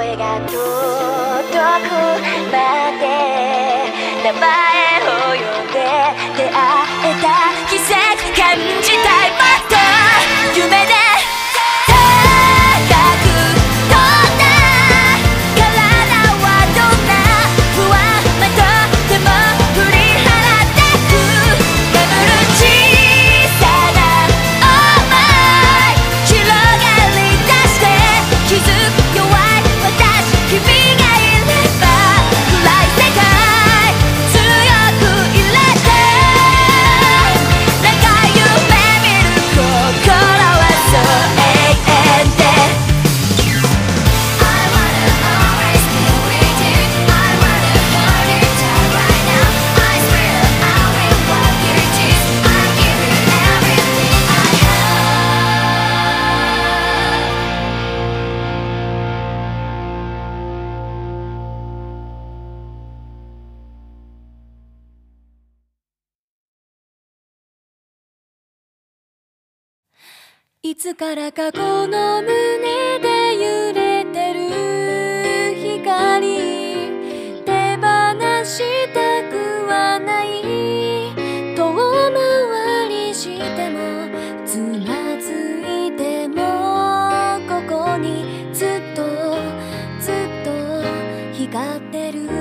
手が届くまで名前を呼んで出会えた奇跡感じたいもっと夢で高く飛んだ体はどんな不安まとでも振り払ってく眠る小さな想い広がり出して気づく弱い私君がいれば暗い世界強く入れて長い夢見る心はそう永遠で I wanna always be with you I wanna hold you tight right now I swear I will walk you too I give you everything I have いつからかこの胸で揺れてる光手放したくはない遠回りしてもつまずいてもここにずっとずっと光ってる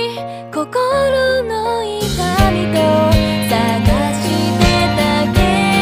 心の痛みと探してたけ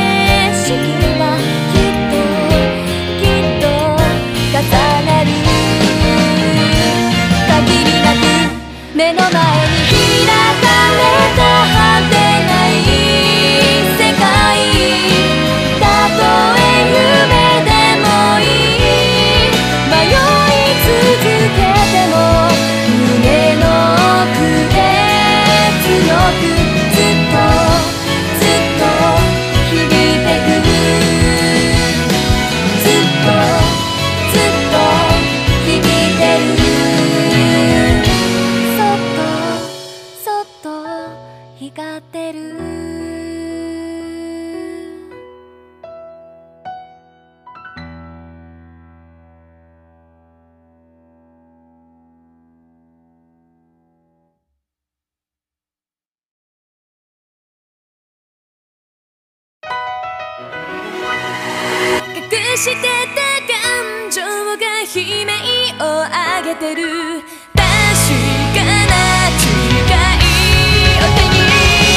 してた感情が悲鳴を上げてる確かな違いを手に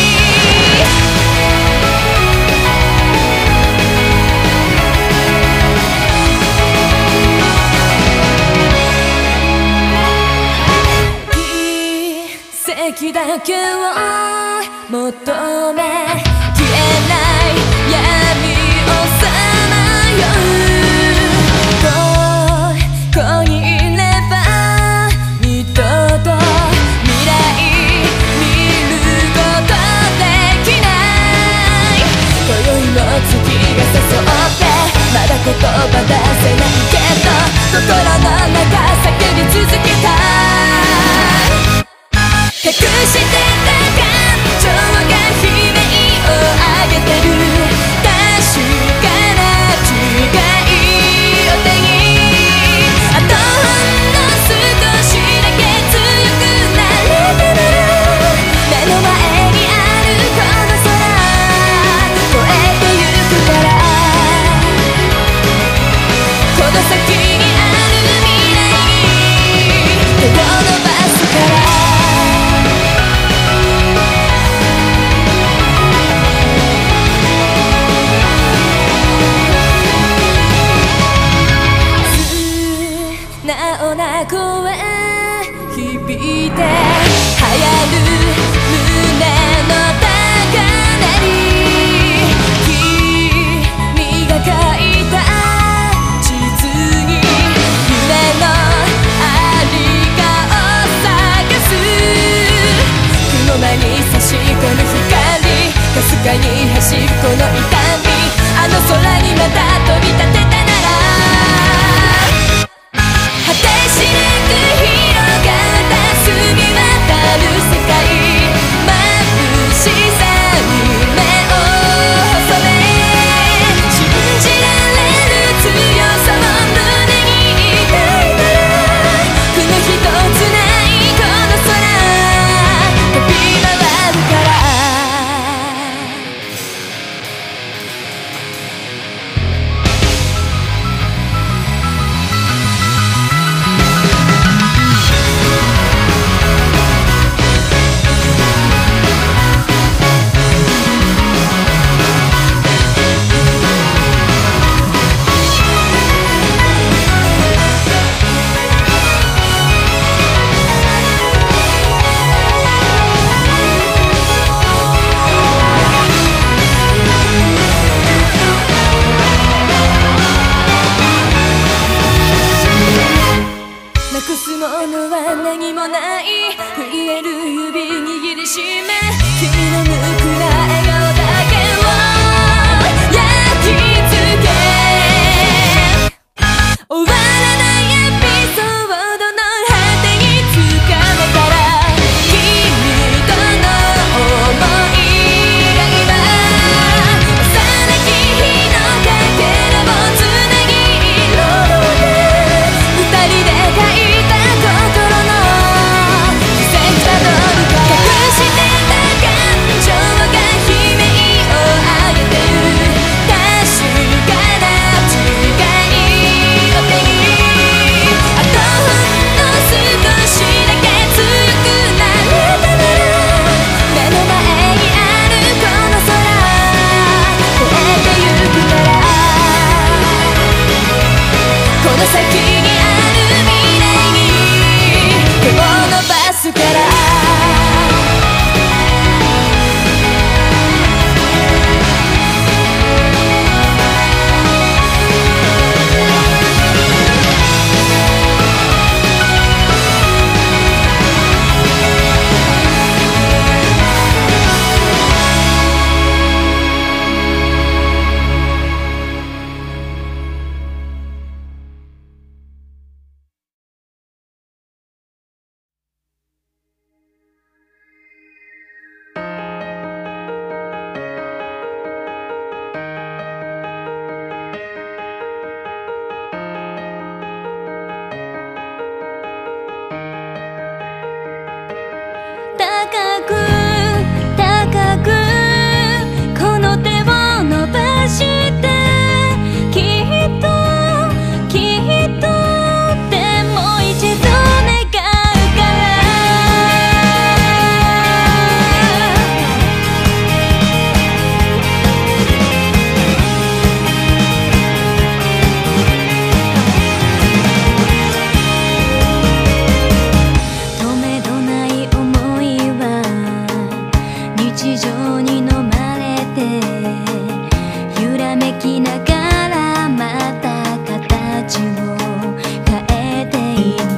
奇跡だけを求め消えない闇をさまようここにいれば二度と未来見ることできない今宵も月が誘ってまだ言葉出せないけど心の中叫び続けた隠してた感情が悲鳴を上げてる確かな違いを手にあとほんの少しだけ強くなれたなら目の前にあるこの空越えてゆくからこの先にある未来に手を伸ばすから声響いて流行る胸の高鳴り君が書いた地図に夢のありかを探す雲間に差し込む光かすかに走るこの痛みあの空にまた飛び立てたなら果てしなく広がった澄み渡る世界眩しさに目を細め信じられる強さを胸に抱いたら雲一つないこの空飛び回るからきながらまた形を変えていった。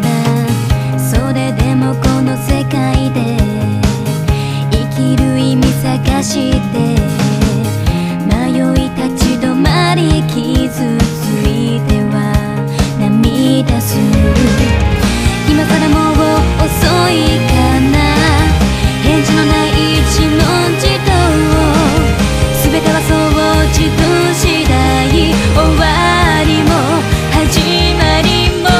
それでもこの世界で生きる意味探して迷い立ち止まり傷ついては涙する。今からもう遅いかな。返事のない一問自答。全てはそう自分次第。終わりも始まりも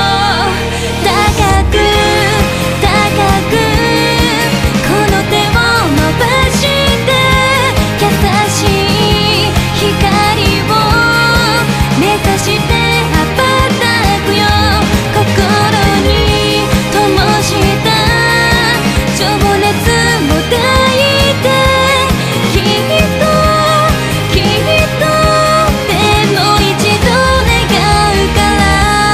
高く高くこの手を伸ばして優しい光を目指して羽ばたくよ。心に灯した情熱を抱いてきっときっとでも一度願うから。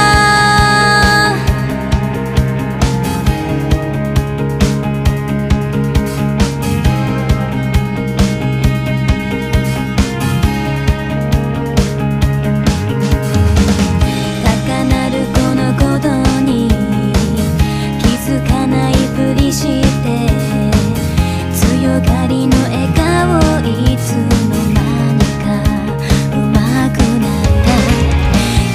高鳴るこの鼓動に気づかないふりして強がりの笑顔いつの間にか上手くなった。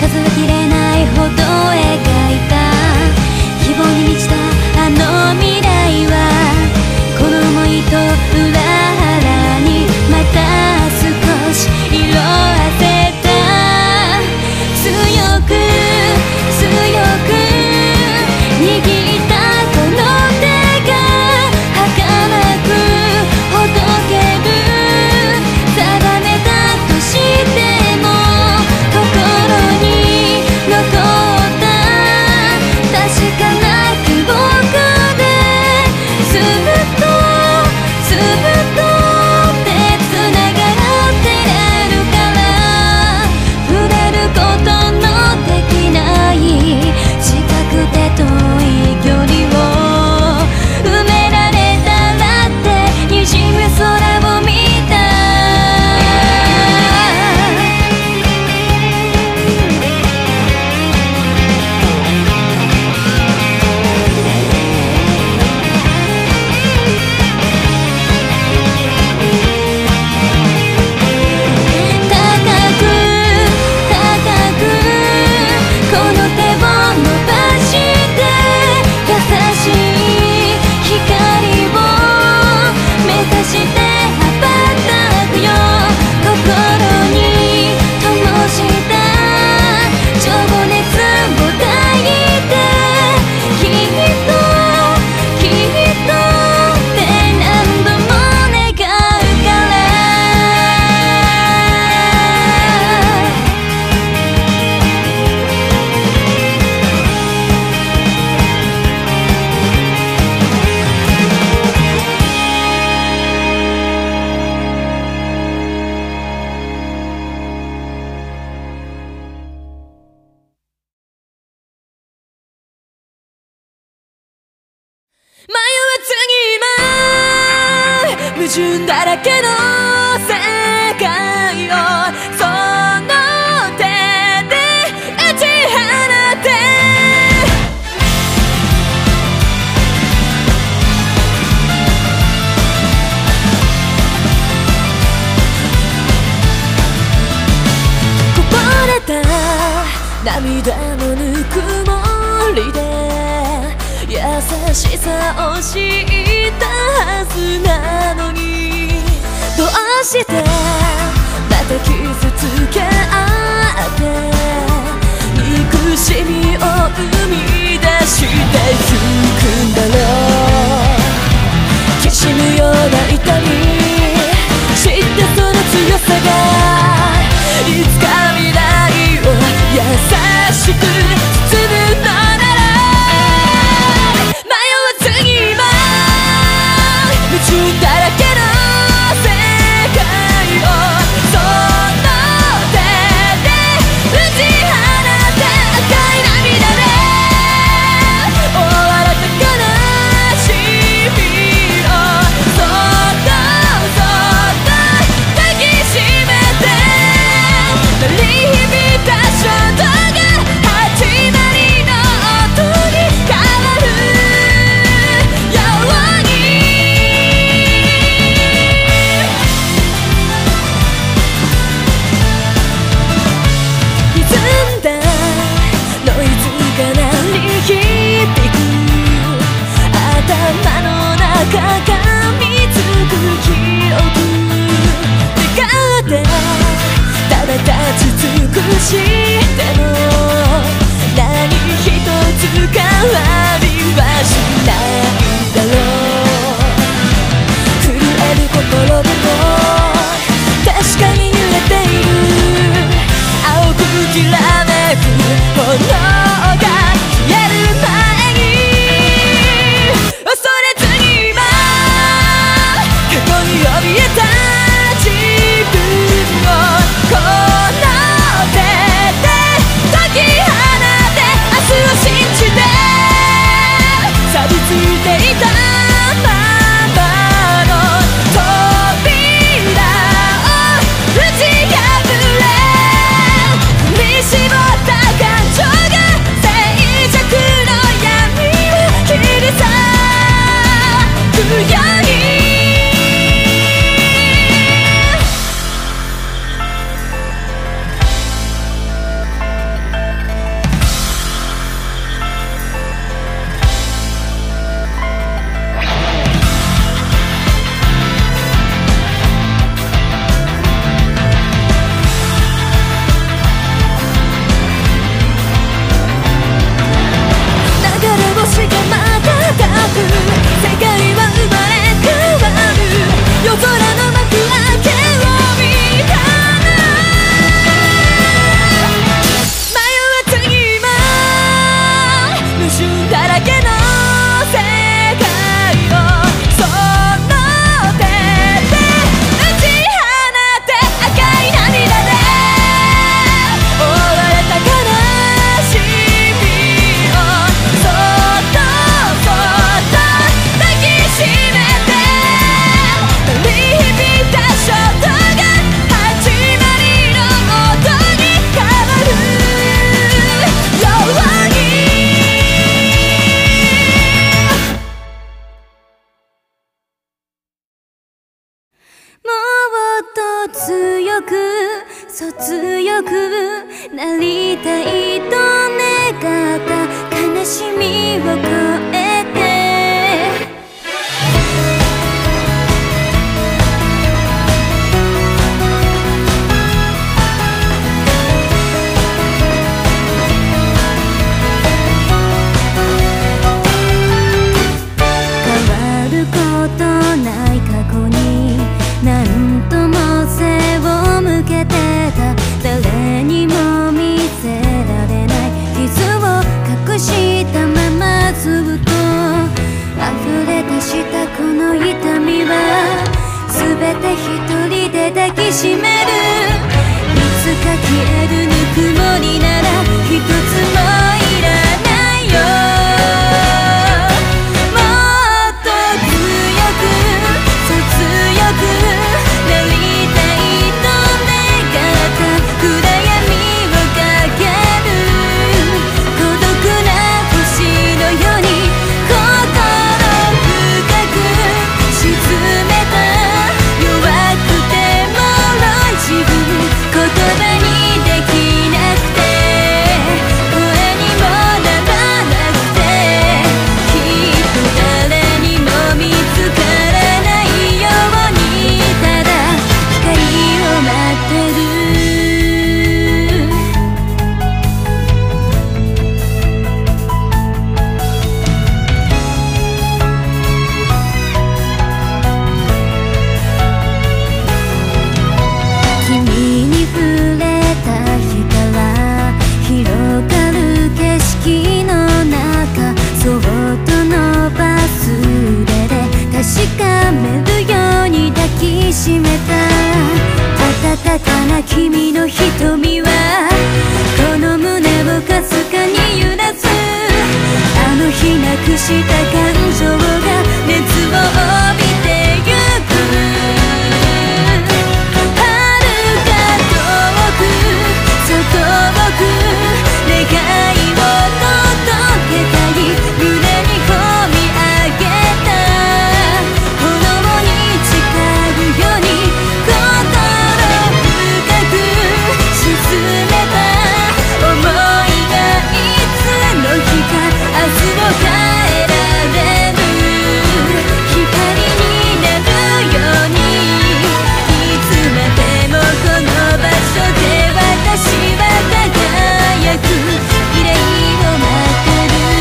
数えきれないほど描いた希望に満ちたあの未来はこの想いと裏腹にまた少し色あせた。強く強く握ったこの手が儚くほどける。定めたとしても心に残った確かな記憶でずっとずっと手つながってれるから。触れることのできない近くて遠い距離を埋められたらってにじむ空を見た。高く高くこの手を伸ばして優しい光を目指して羽ばたくよ。心に灯した情熱を抱いてきっときっとって何度も願うから。迷わずに今矛盾だらけの世界をその手で打ち放ってこぼれた涙のぬくもりで優しさを知ったはずなのにどうしてまた傷つけ合って憎しみを生み出してゆくんだろう。きしむような痛み知ってその強さがいつか未来を優しく包むのなら矛盾だらけの世界強くなりたいと願った悲しみを超えて変わることない過去に何とも背を向けてた誰にも見せられない傷を隠したままずっと溢れ出したこの痛みは全て一人で抱きしめるいつか消えるぬくもりなら一つもいらないよもっと強くそう強くなりたいと願った暗闇をかける孤独な星のように心深く沈めた弱くて脆い自分言葉にできなくて声にもならなくてきっと誰にも見つからないようにただ光を待ってる君に触れた日から広がる景色の中そっと伸ばす腕で確かめるように抱きしめた温かな君の瞳はこの胸をかすかに揺らすあの日なくした感情が熱を帯びてゆく遥か遠くそう遠く願いを届けたい胸に込み上げた炎に誓うように心深く沈めた想いがいつの日か明日を変えられる光になるようにいつまでもこの場所で私は輝く未来を待ってる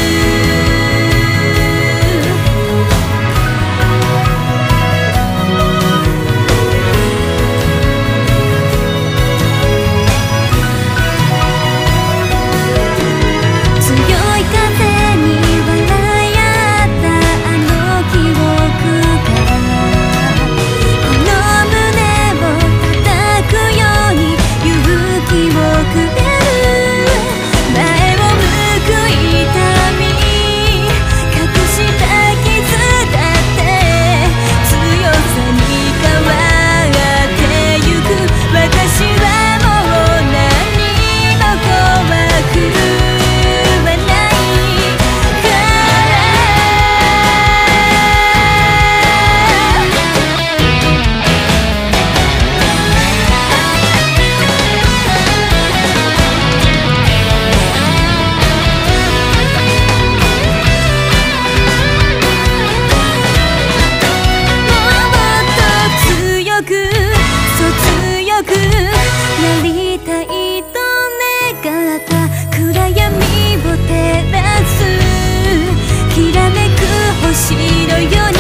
強い風に笑い合ったあの記憶からこの胸を叩くように勇気をくれる前を向く痛み隠した傷だって強さに変わってゆく私はもう何も怖くはないからもっと強くそう強くなりたいと願った暗闇を照らすきらめく星のように涙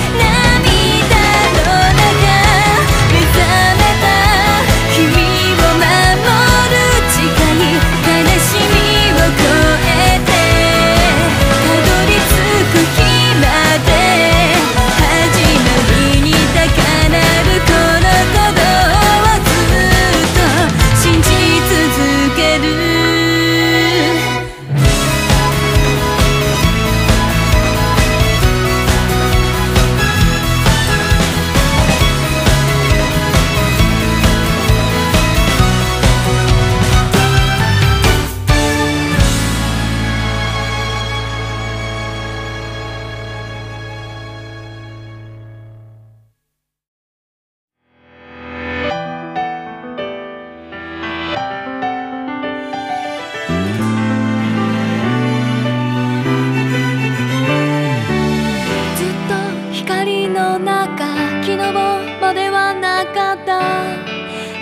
の中目覚めた君を守る誓い悲しみを超えてたどり着く日まで始まりに高鳴るこの鼓動をずっ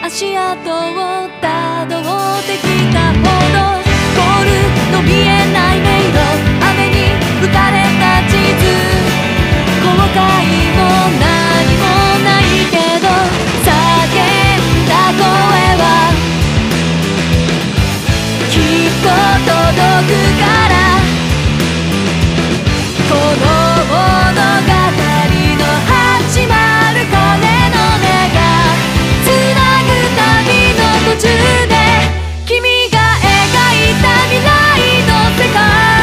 足跡をたどってきたほどゴールの見えない迷路雨に吹かれた地図後悔も何もないけど叫んだ声はきっと届くからこの物語の始まる鐘の音がつなぐ旅の途中で君が描いた未来の世界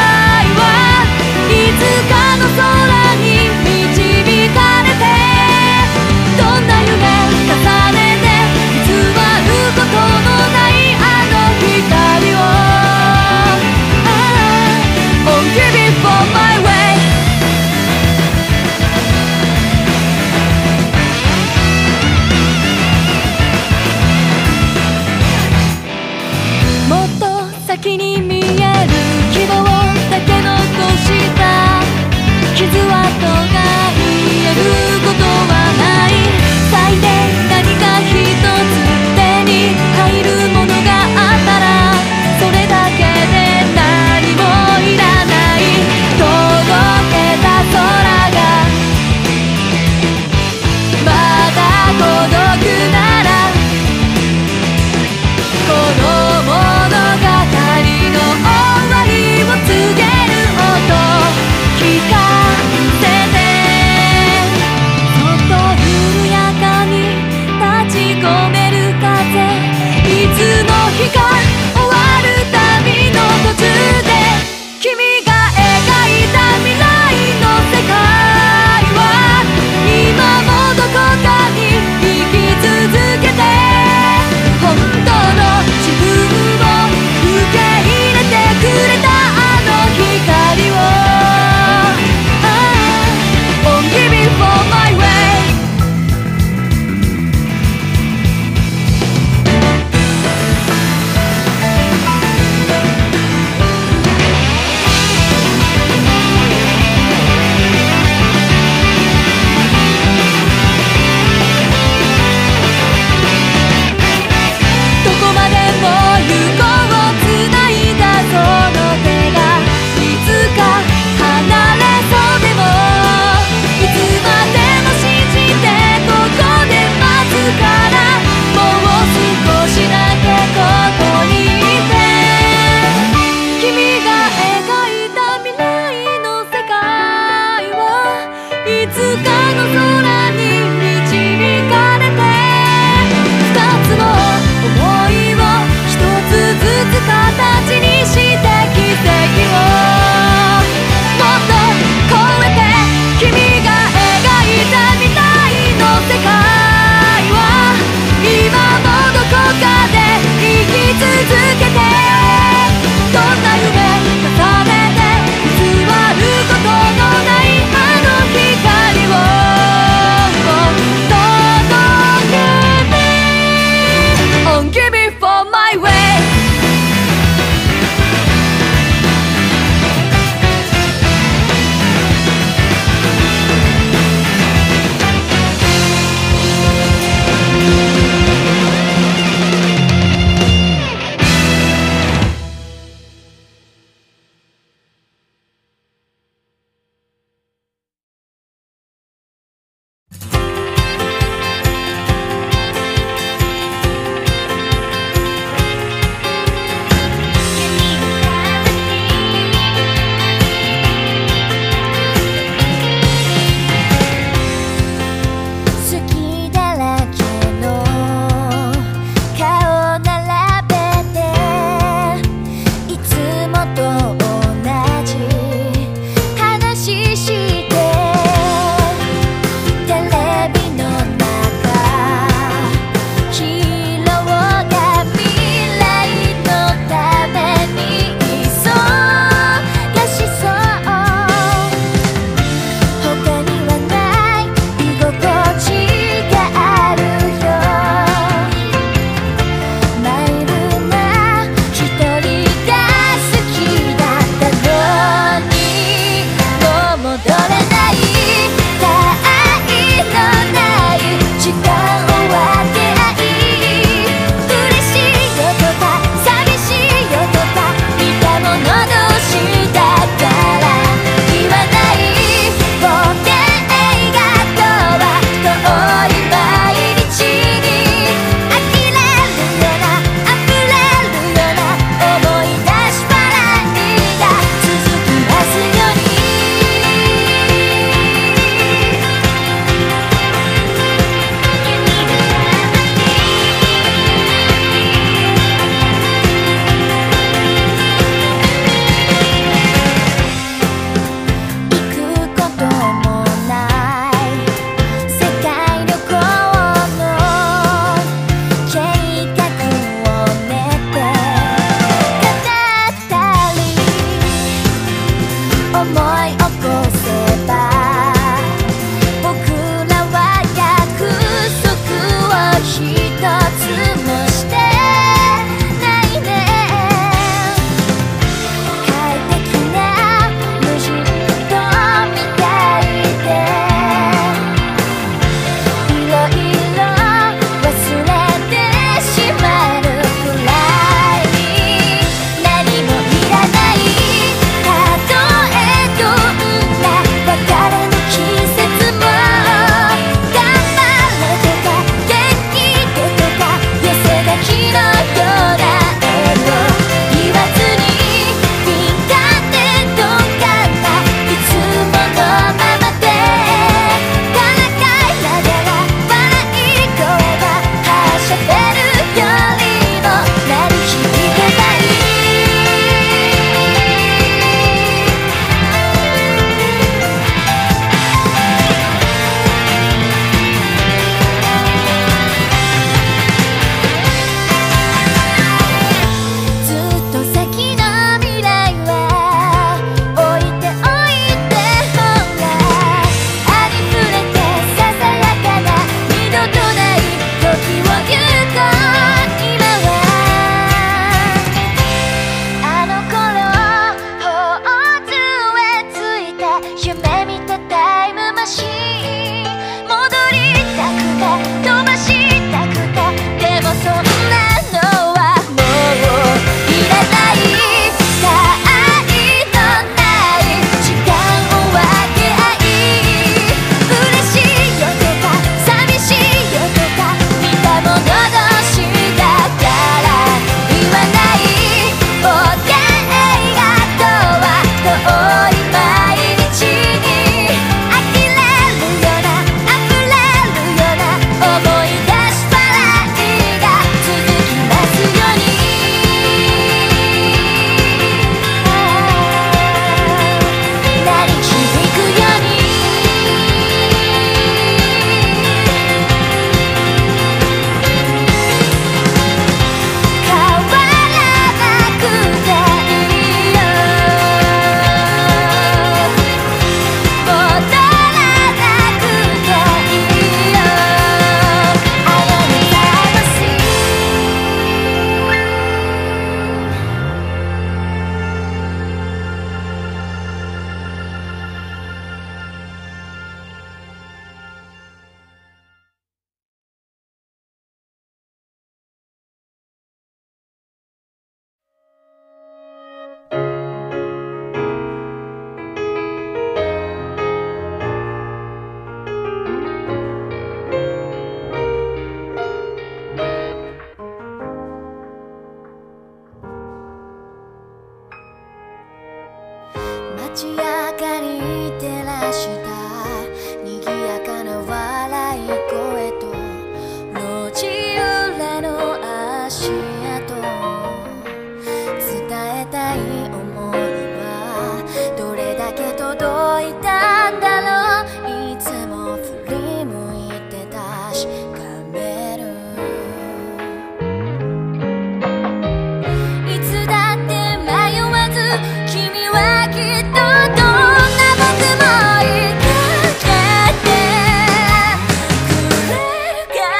はいつかの空に導かれてどんな夢重ねて偽ることのないあの光を Oh, give it for my wayもっと先に見える希望だけ残した傷跡が癒えることはない最低何か一つ手に入るものがあったらそれだけで何もいらない届けた空がまだ届くならこの物語の終わりを告げる音聞かせてそっと緩やかに立ち込める風いつの日か終わる旅の途中で君が描いた未来の世界は今もどこかに生き続けて本当の自分を受け入れてくれたあの光を Oh, give it for my wayどこまでも行こうつないだその手がいつか離れそうでもいつまでも信じてここで待つからもう少しだけここにいて君が描いた未来の世界はいつかの空に導かれて二つの想いを一つずつ形にして奇跡をもっと超えて君が描いた未来の世界は今もどこかで生き続けてどんな夢重ねて偽ることのないあの光を届けて Oh, give it for my way 街明かり照らした賑やかな笑い声と路地裏の足跡、伝えたい思いはどれだけ届いたんだろう。いつも振り向いて確かめる。いつだって迷わず君はきっとどんな僕も追いかけてくれるから。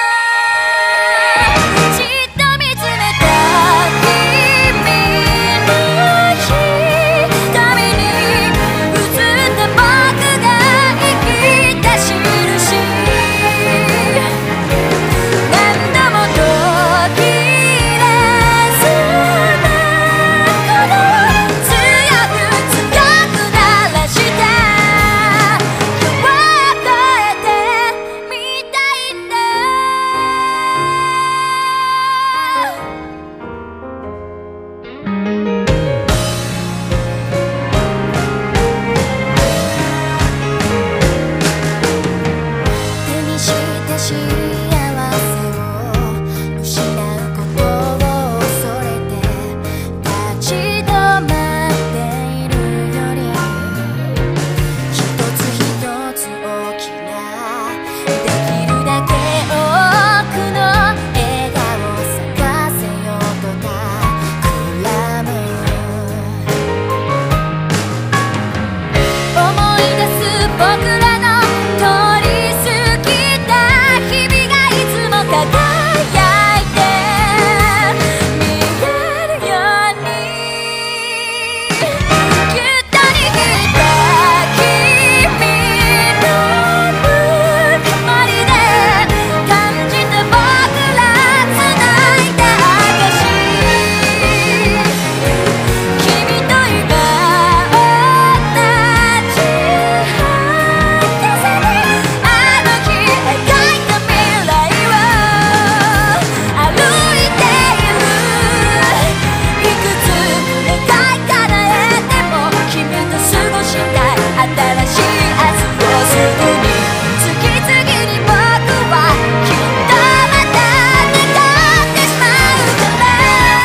じっと見つめた君の瞳に映った僕が生きた印、何度も途切れそうなこの強く強く鳴らした夜を越えてみたいんだ。手にした幸せを失うことを恐れて立ち止まっているより、一つ一つ大きなできるだけ多くの笑顔咲かせようと企む。思い出す僕らの通り過ぎた日々がいつも輝いて見えるように、ぎゅっと握った君のぬくもりで感じた僕ら繋いだ証、君と今同じ速さであの日描いた未来を歩いている。いくつ願い叶えても君と過ごしたい新しい明日をすぐに次々に僕はきっとまた願ってしまうから。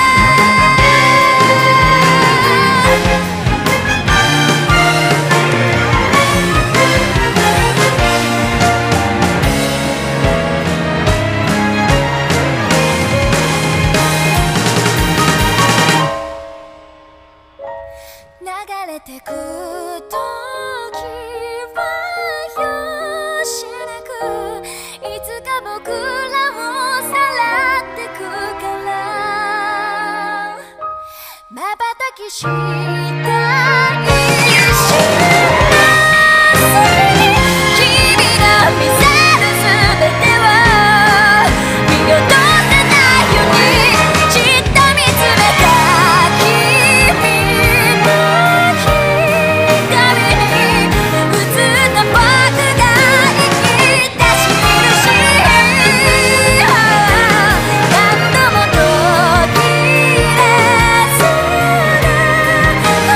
流れてく時はよしなく、いつか僕らをさらってくから瞬きした一瞬の隙に君の見せる全てを見落とさないようにじっと見つめた君の瞳に映った僕が生きた印、何度も途切れそうな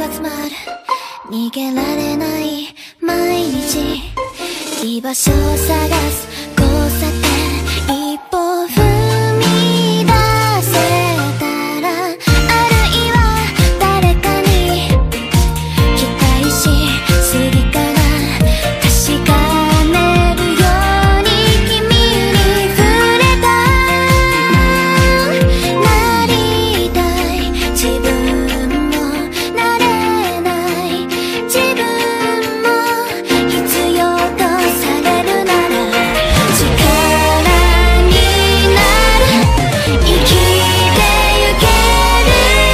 が詰まる逃げられない毎日居場所を探す交差点一歩踏み出せたらあるいは誰かに期待しすぎかな確かめるように君に触れたなりたい自分もなれない自分も必要とされるなら力になる生きてゆける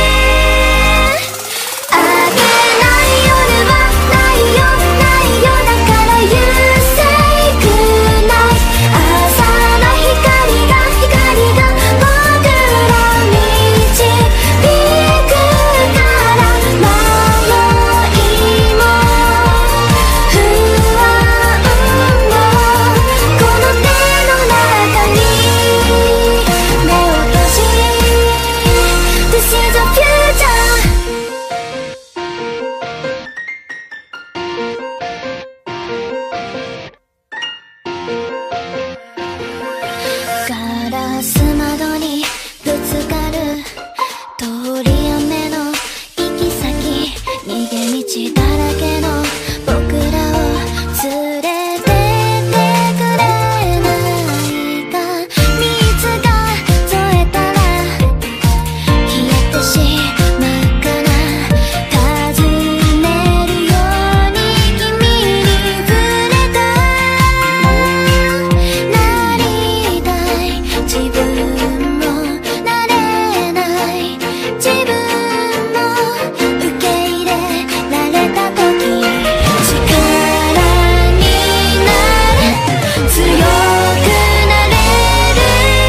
あげない夜はないよないよだから優勢くない朝の光が僕ら導くから迷いも不安もこの手の中に目を閉じ This is the future ガラス窓にぶつかる通り雨の行き先逃げ道だらけの僕らを連れてってくれないか水が添えたら消えてしまうかな尋ねるように君に触れたなりたい自分もなれない自分も受け入れられた時力になる強くなれる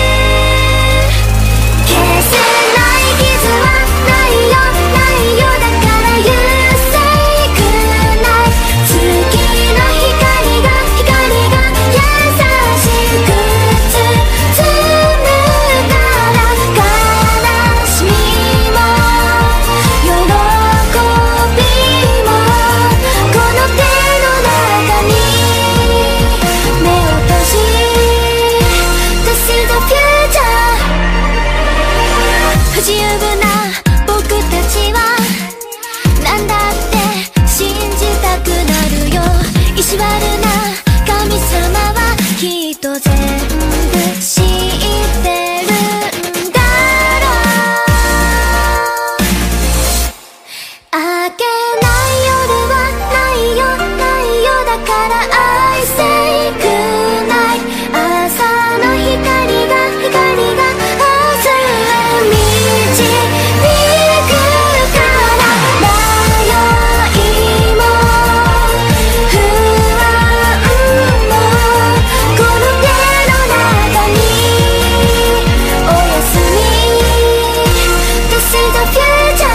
消せない傷はないよないよだから優勢くない月の光が優しく包むから悲しみも喜びもこの手の中に目を閉じ This is the future 不自由な僕たちはなんだって信じたくなるよ意地悪な神様はきっと全部知ってるんだろうあげない夜はないよないよだから愛せくない朝の光が明日へ導くから迷いも不安もこの手の中におやすみ This is the future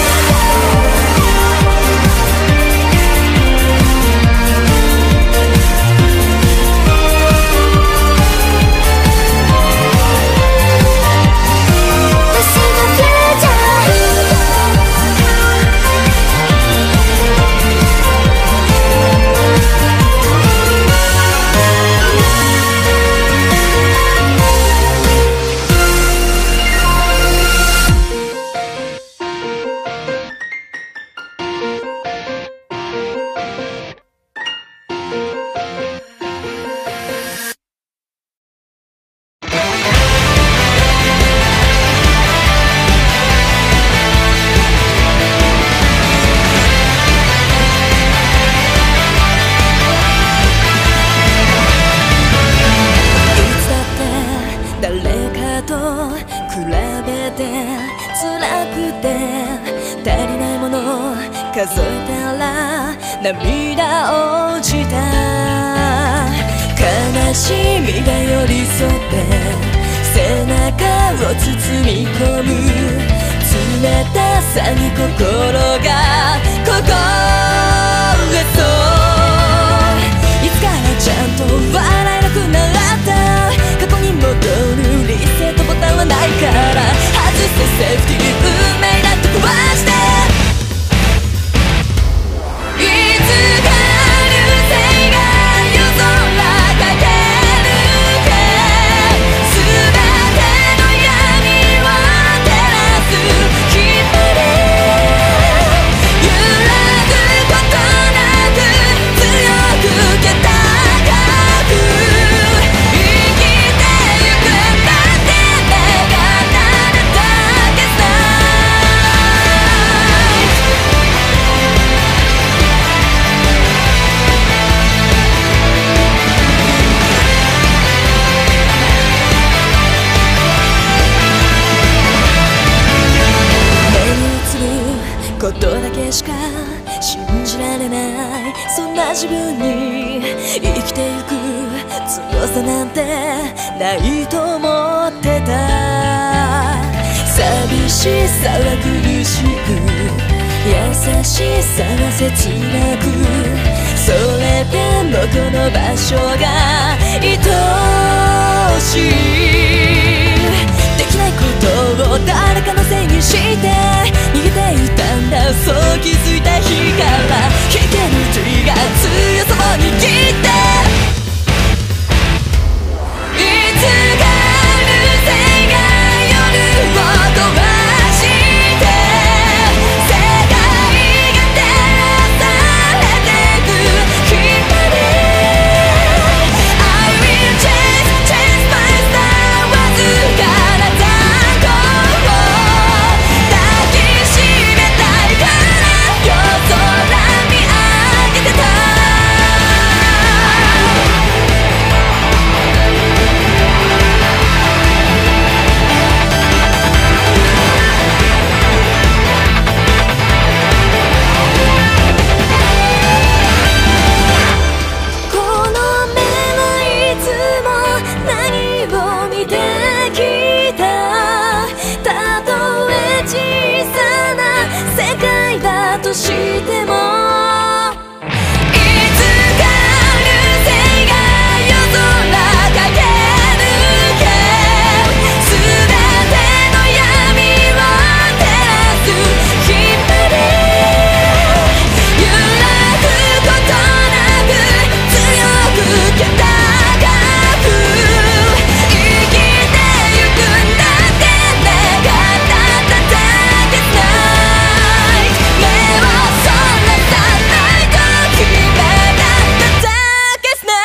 数えたら涙落ちた悲しみが寄り添って背中を包み込む冷たさに心が凍えそういつからちゃんと笑えなくなった過去に戻るリセットボタンはないから外せセーフティー運命だと壊してさなんてないと思ってた。寂しさは苦しく、優しさは切なく、それでもこの場所が愛しい。できないことを誰かのせいにして逃げていたんだ、そう気づいた日から引ける気が強さを握って、いつか流星が夜を飛ばして世界が照らされてく日まで I will chase my star わずかな残光を抱きしめたいから夜空見上げてた。この目はいつも何を見てきた。たとえ小さな世界だとしても、いつか流星が夜空駆け抜け全ての闇を照らす日まで揺らぐことなく強く気高く生きてゆくんだって願ったDarkest Night 目をそらさないと決めたDarkest Night。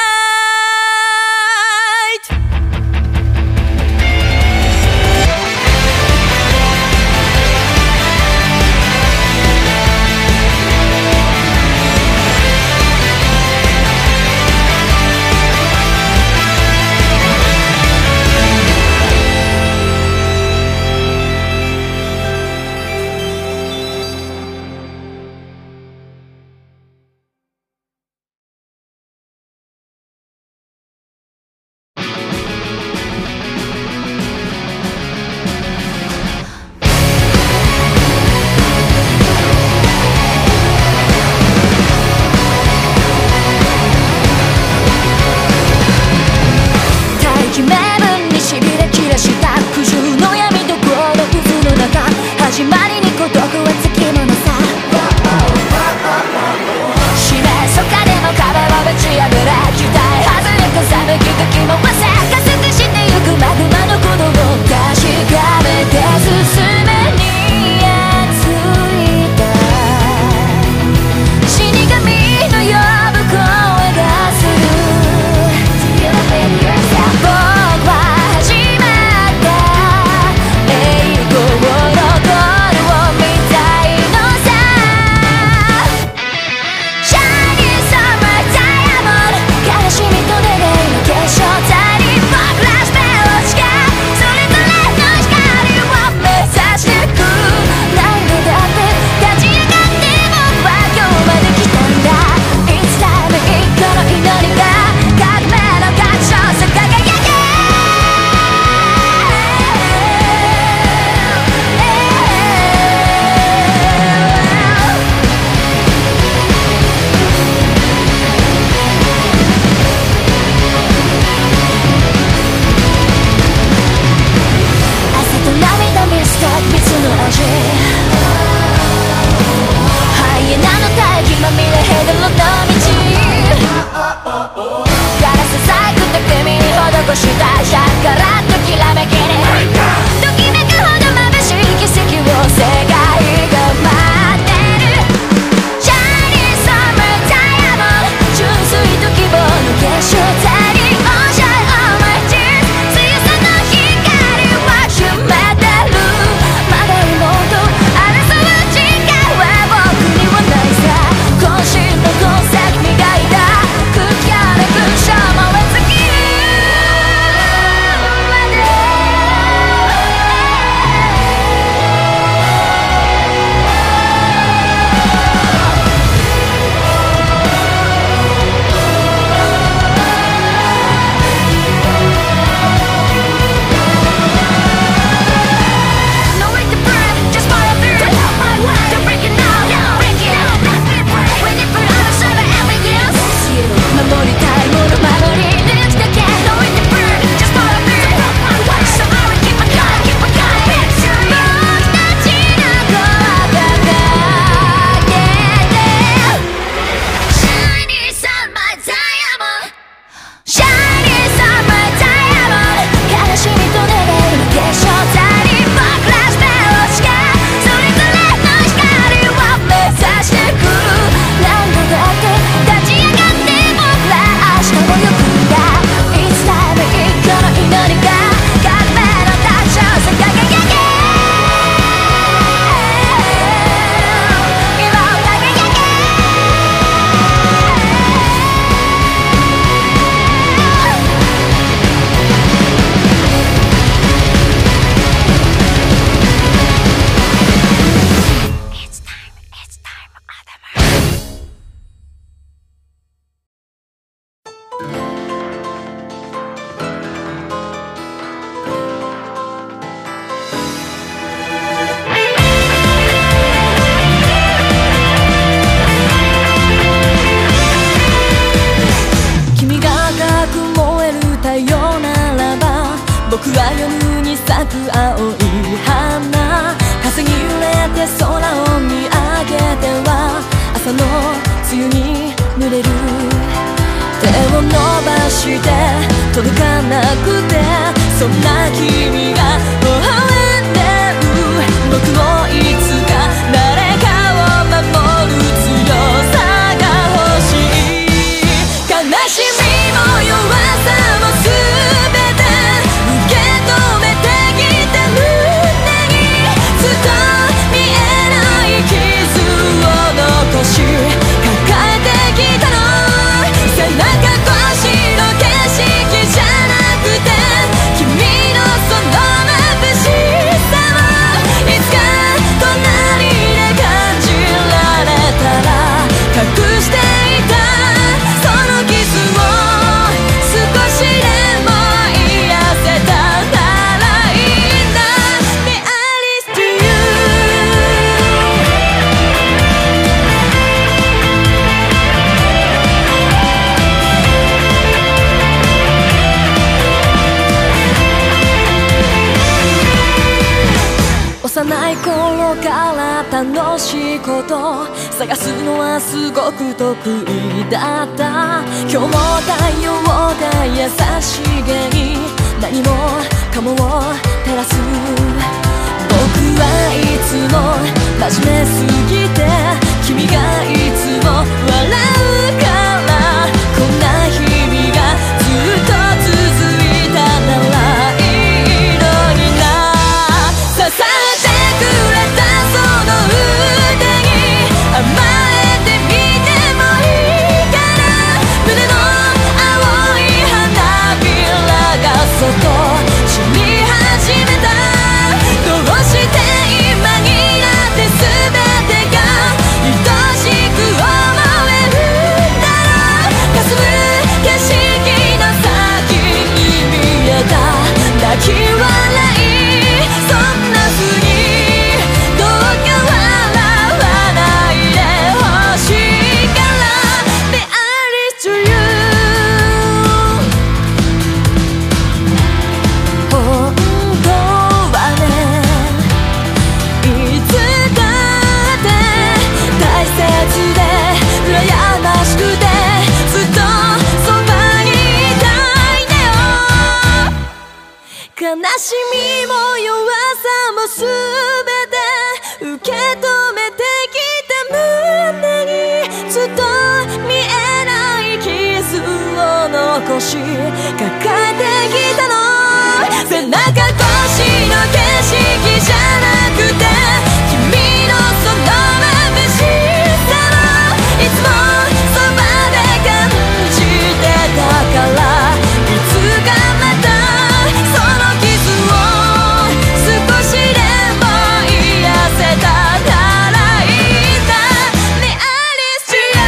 大気名分にしびれ切らした苦渋の闇どころ渦の中、始まりに孤独はつきものさ。示そかでの壁をぶち破れ期待外れと寒き時もまさか尽くしてゆくマグマの鼓動を確かめて進めについた。死神の呼ぶ声がする。僕は始まった栄光のゴールを見たいのさ。Shining Summer Diamond 悲しみと願いの結晶は夜に咲く青い花、風に揺れて空を見上げては朝の梅雨に濡れる。手を伸ばして届かなくて、そんな君が微笑んでる。僕もいつか誰かを守る強さが欲しい。悲しみも弱さも全て受け止めてきた胸に、ずっと見えない傷を残し抱えてきたの。背中越しの景色じゃなくて、君のその眩しさをいつか隣で感じられたら、隠していたその傷を少しでも癒せたならいいんだ。メアリス to you。 幼い頃から楽しいこと探すのはすごく得意だった。今日も太陽が優しげに何もかもを照らす。僕はいつも真面目すぎて、君がいつも笑うから、こんな日々がずっと続いたならいいのにな。支えてくれたその腕に甘えてみてもいいから、胸の青い花びらがそっと散り始めた。どうして今になって全てが愛しく思えるんだろう。霞む景色の先に見えた泣き笑い、そんな風にどうか笑わないでほしいから。メアリス to you。 本当はね、いつだって大切で羨ましくて、ずっとそばにいたいんだよ。悲しみも弱さも全て受け止めてきた胸に、ずっと見えない傷を残し抱えてきたの。背中越しの景色じゃなくて、君のその眩しさをいつもそばで感じてたから、いつかまたその傷を少しでも癒せたならいいんだ。メアリス to you。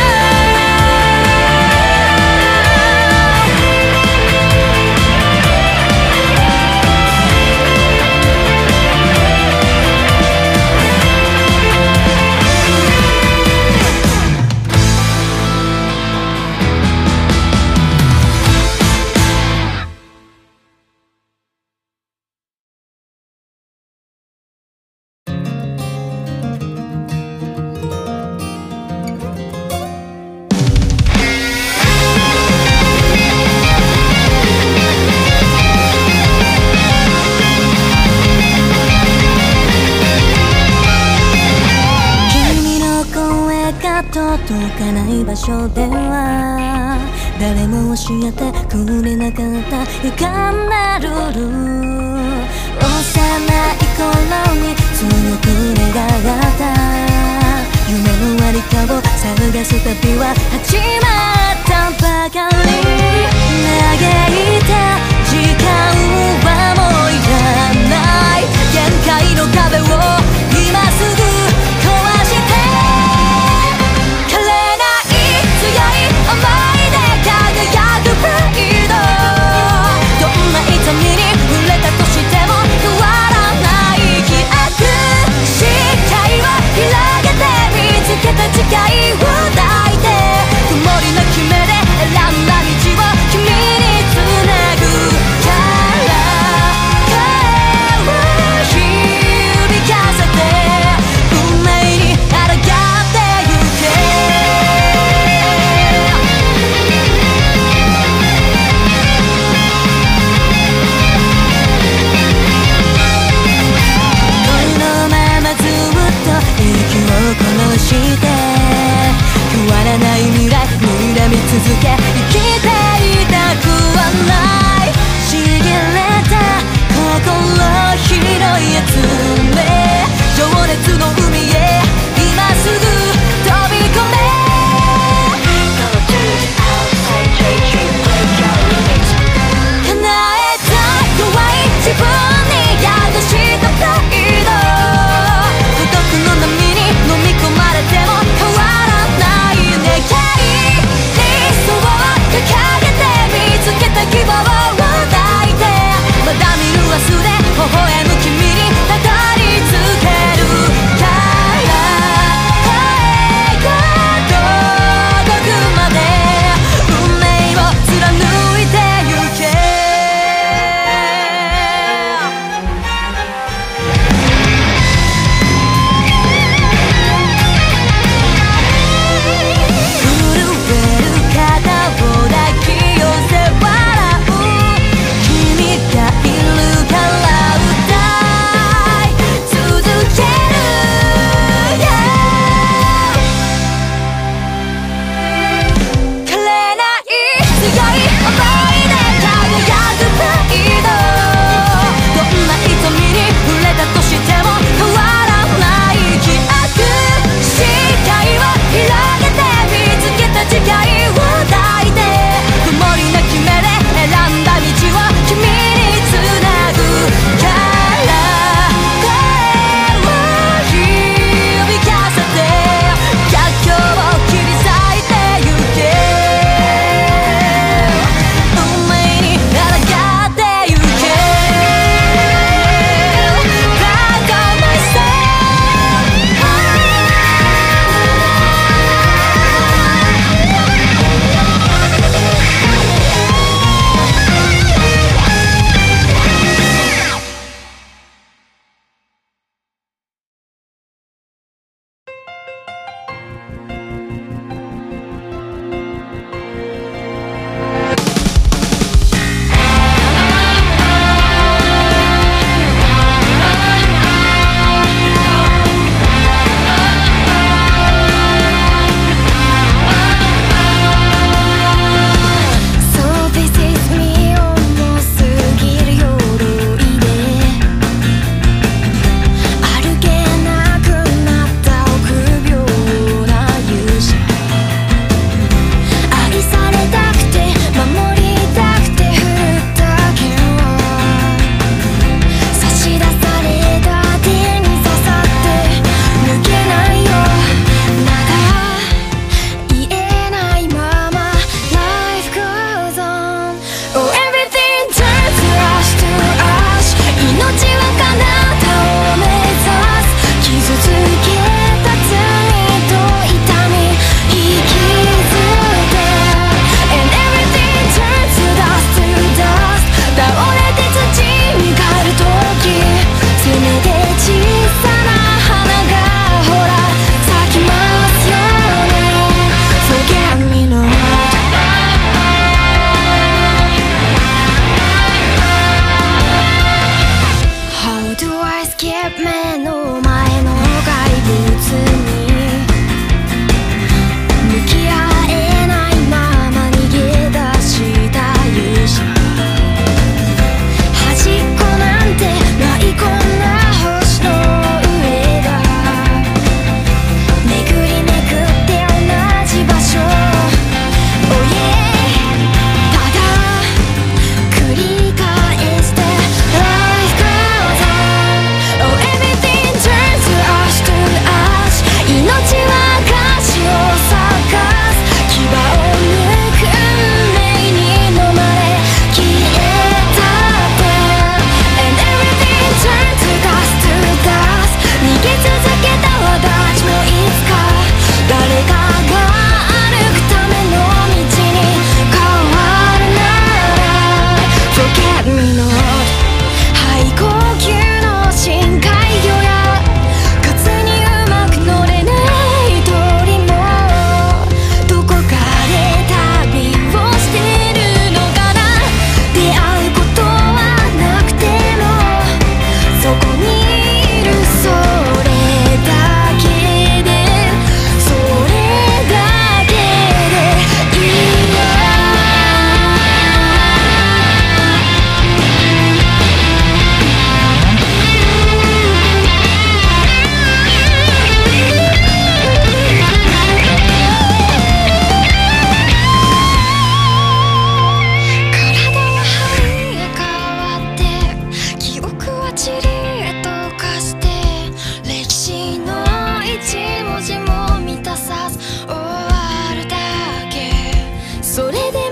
君の声が届かない場所では誰も教えてくれなかった歪んだルール。幼い頃に強く願った夢のありかを探す旅は始まったばかり。嘆いた時間はもういらない。限界の壁を今すぐ壊して枯れない強い想いで輝くプライド。どんな痛みに触れたとしても変わらない記憶。視界を広げて見つけた誓いを抱いて曇りの決めで選んだ道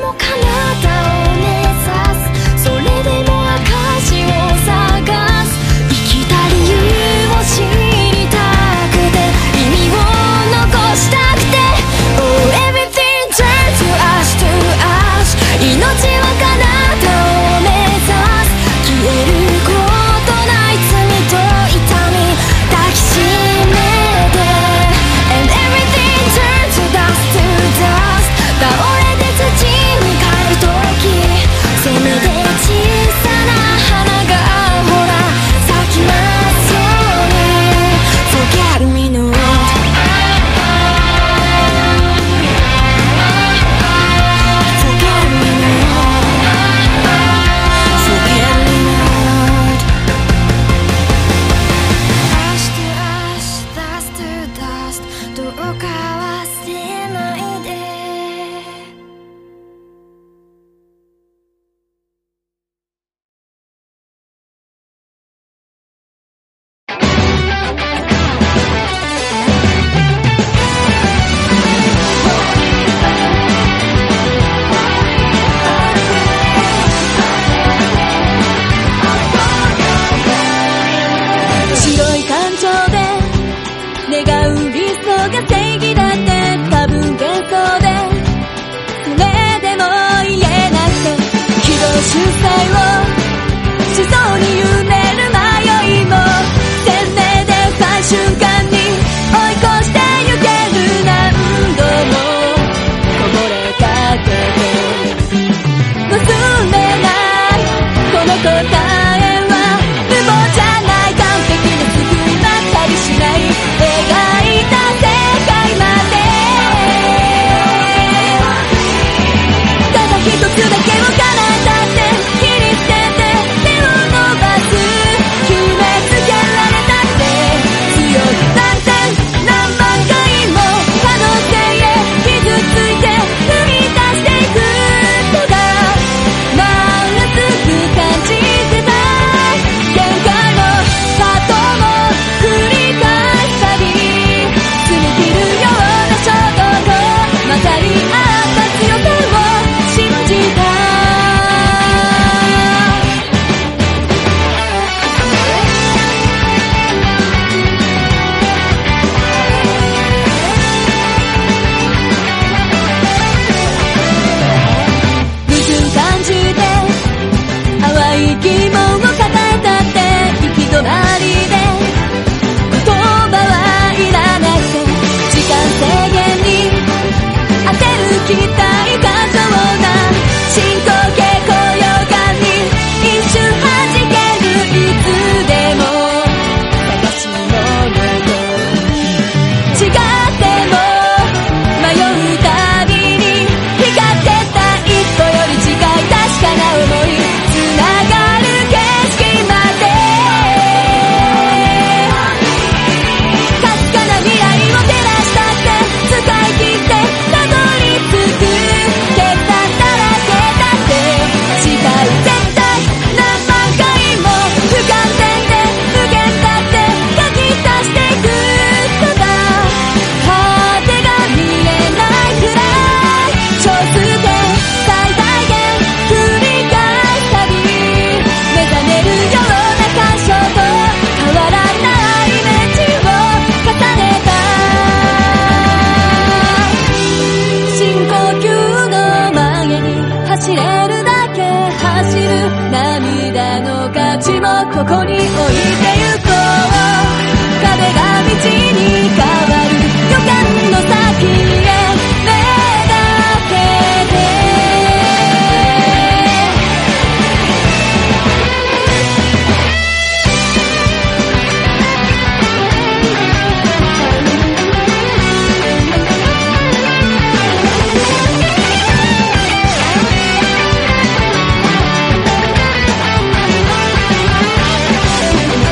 「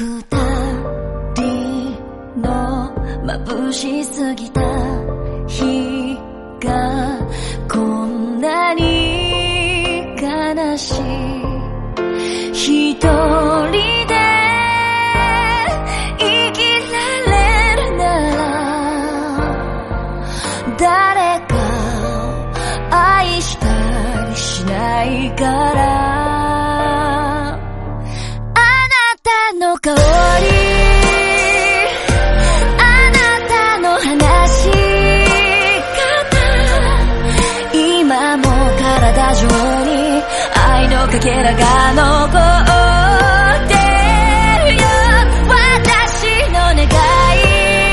人の眩しすぎた日がこんなに悲しい。一人で生きられるなら誰か愛したりしないから。あなたの香り、あなたの話し方、今も体中に愛のかけらが残ってるよ。私の願い、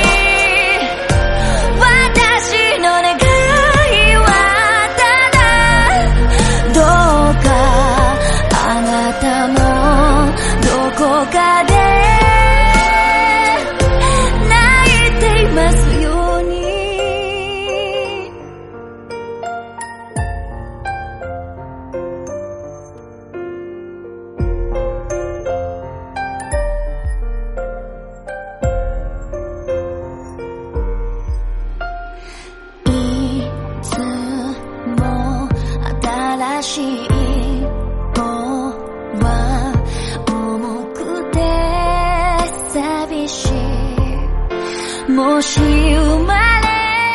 私の願いはただ、どうかあなたもどこかで泣いていますように。いつも新しい一歩は重くて寂しい。もし生まれ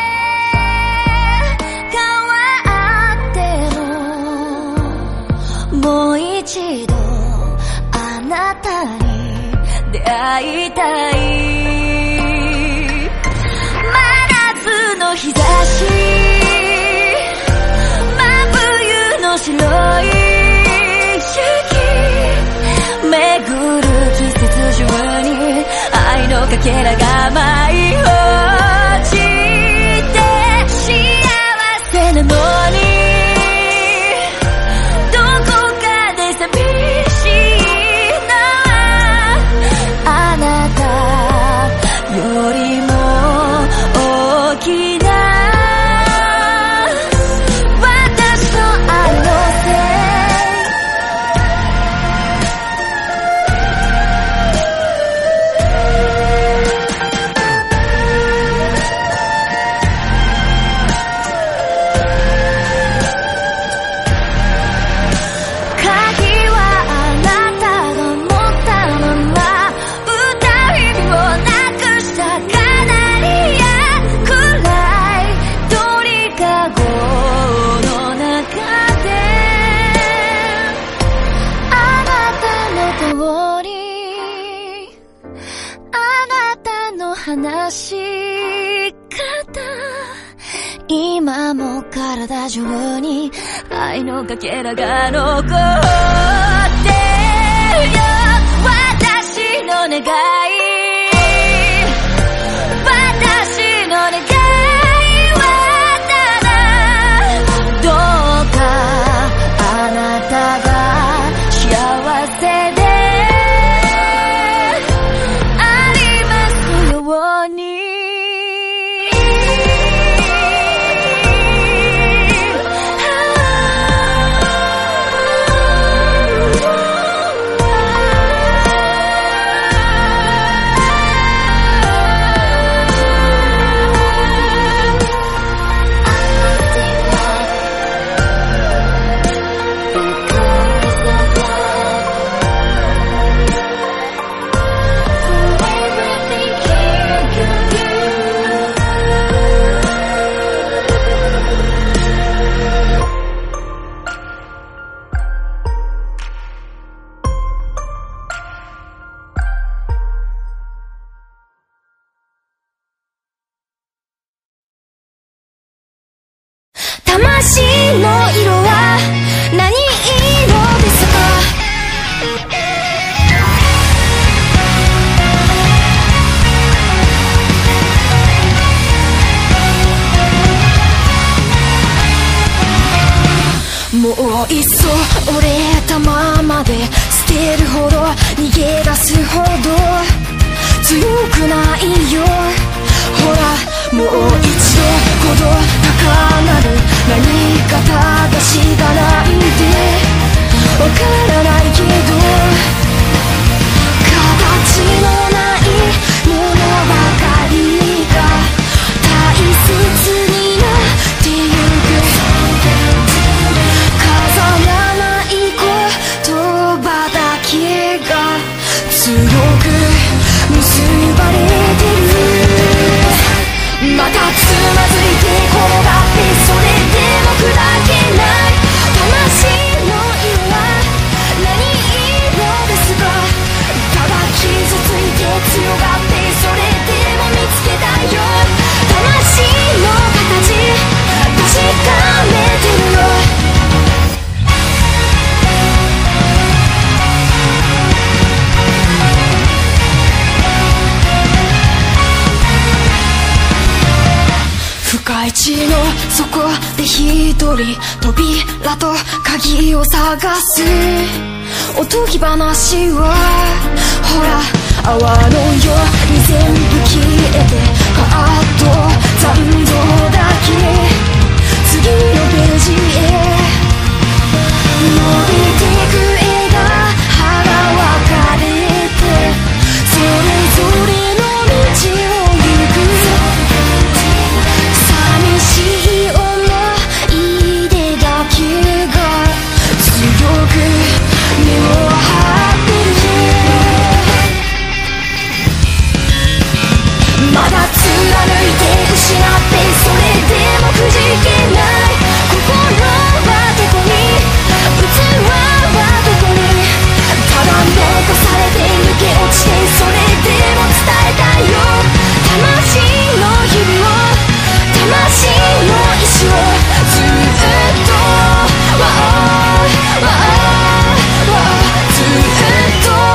変わってももう一度あなたに出会いたい。真夏の日差し、真冬の白い雪、巡る季節中に愛のかけらが舞い落ちて、幸せなのにどこかで寂しいのはあなたよりも大きな私の愛のせい。鍵はあなたが持ったまま、歌う意味をなくしたカナリア暗い鳥かごの中で、あなたの通り、あなたの話し方、今も体中に愛のかけらが残ってるよ。私の願い、私の願いはただ、どうかあなたが幸せでありますように。魂の色は何色ですか？もういっそ折れたままで捨てるほど逃げ出すほど強くないよ。ほらもう一度ほど高鳴る何か正しがなんてわからないけど形街の底で一人扉と鍵を探すおとぎ話はほら泡のように全部消えてあと残像だけ次のページへ伸びてく絵が葉が分かれてそれぞれの道を行く寂しい思い出だけが強く根を張ってるまだ貫いて失ってそれでもくじけない心はどこに器はどこにただ残されて抜け落ちてそれでも伝えたいよ魂の日々を魂の意志をずっとずっと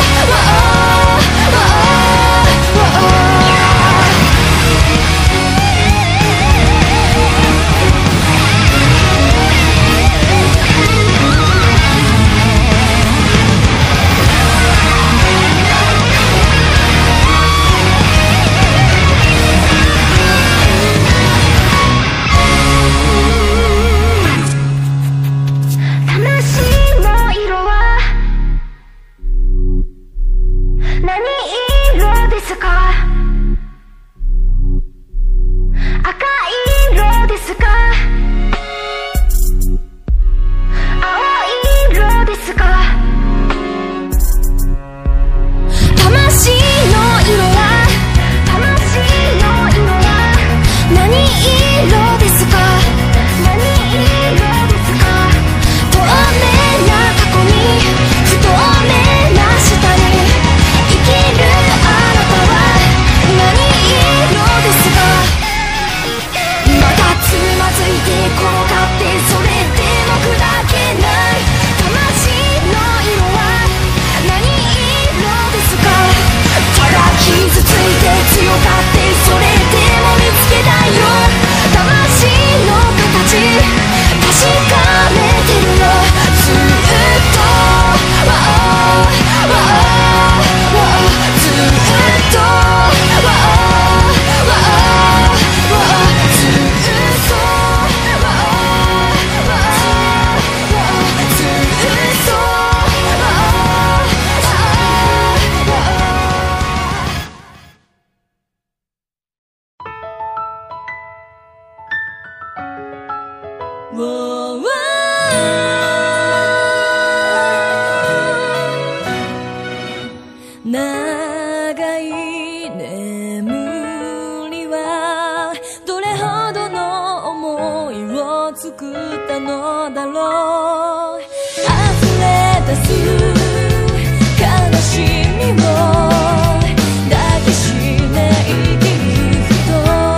長い眠りはどれほどの思いを作ったのだろう溢れ出す悲しみを抱きしめ生きる人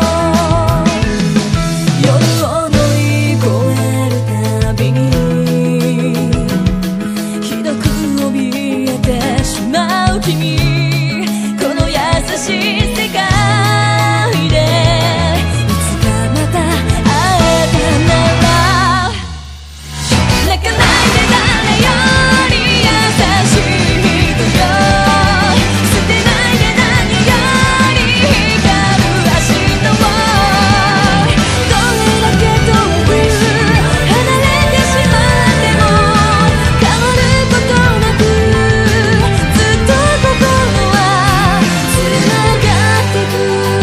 夜を乗り越えるたびにひどく怯えてしまう君この優しい世界でいつかまた会えたなら泣かないで誰より優しい人よ捨てないで何より光る明日をどれだけ遠く離れてしまっても変わることなくずっと心はつながってく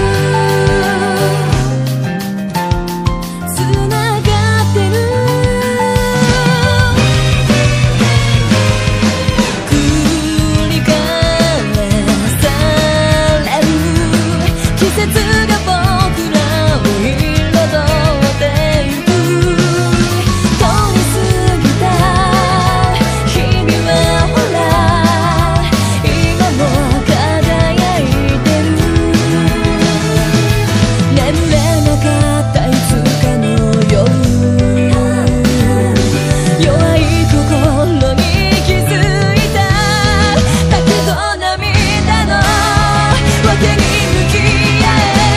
つながってる繰り返される季節が僕らを彩ってゆく通り過ぎた日々はほら今も輝いてる眠れなかったいつかの夜弱い心に気づいただけど涙の訳に向き合え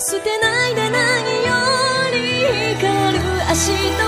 捨てないでないように光る明日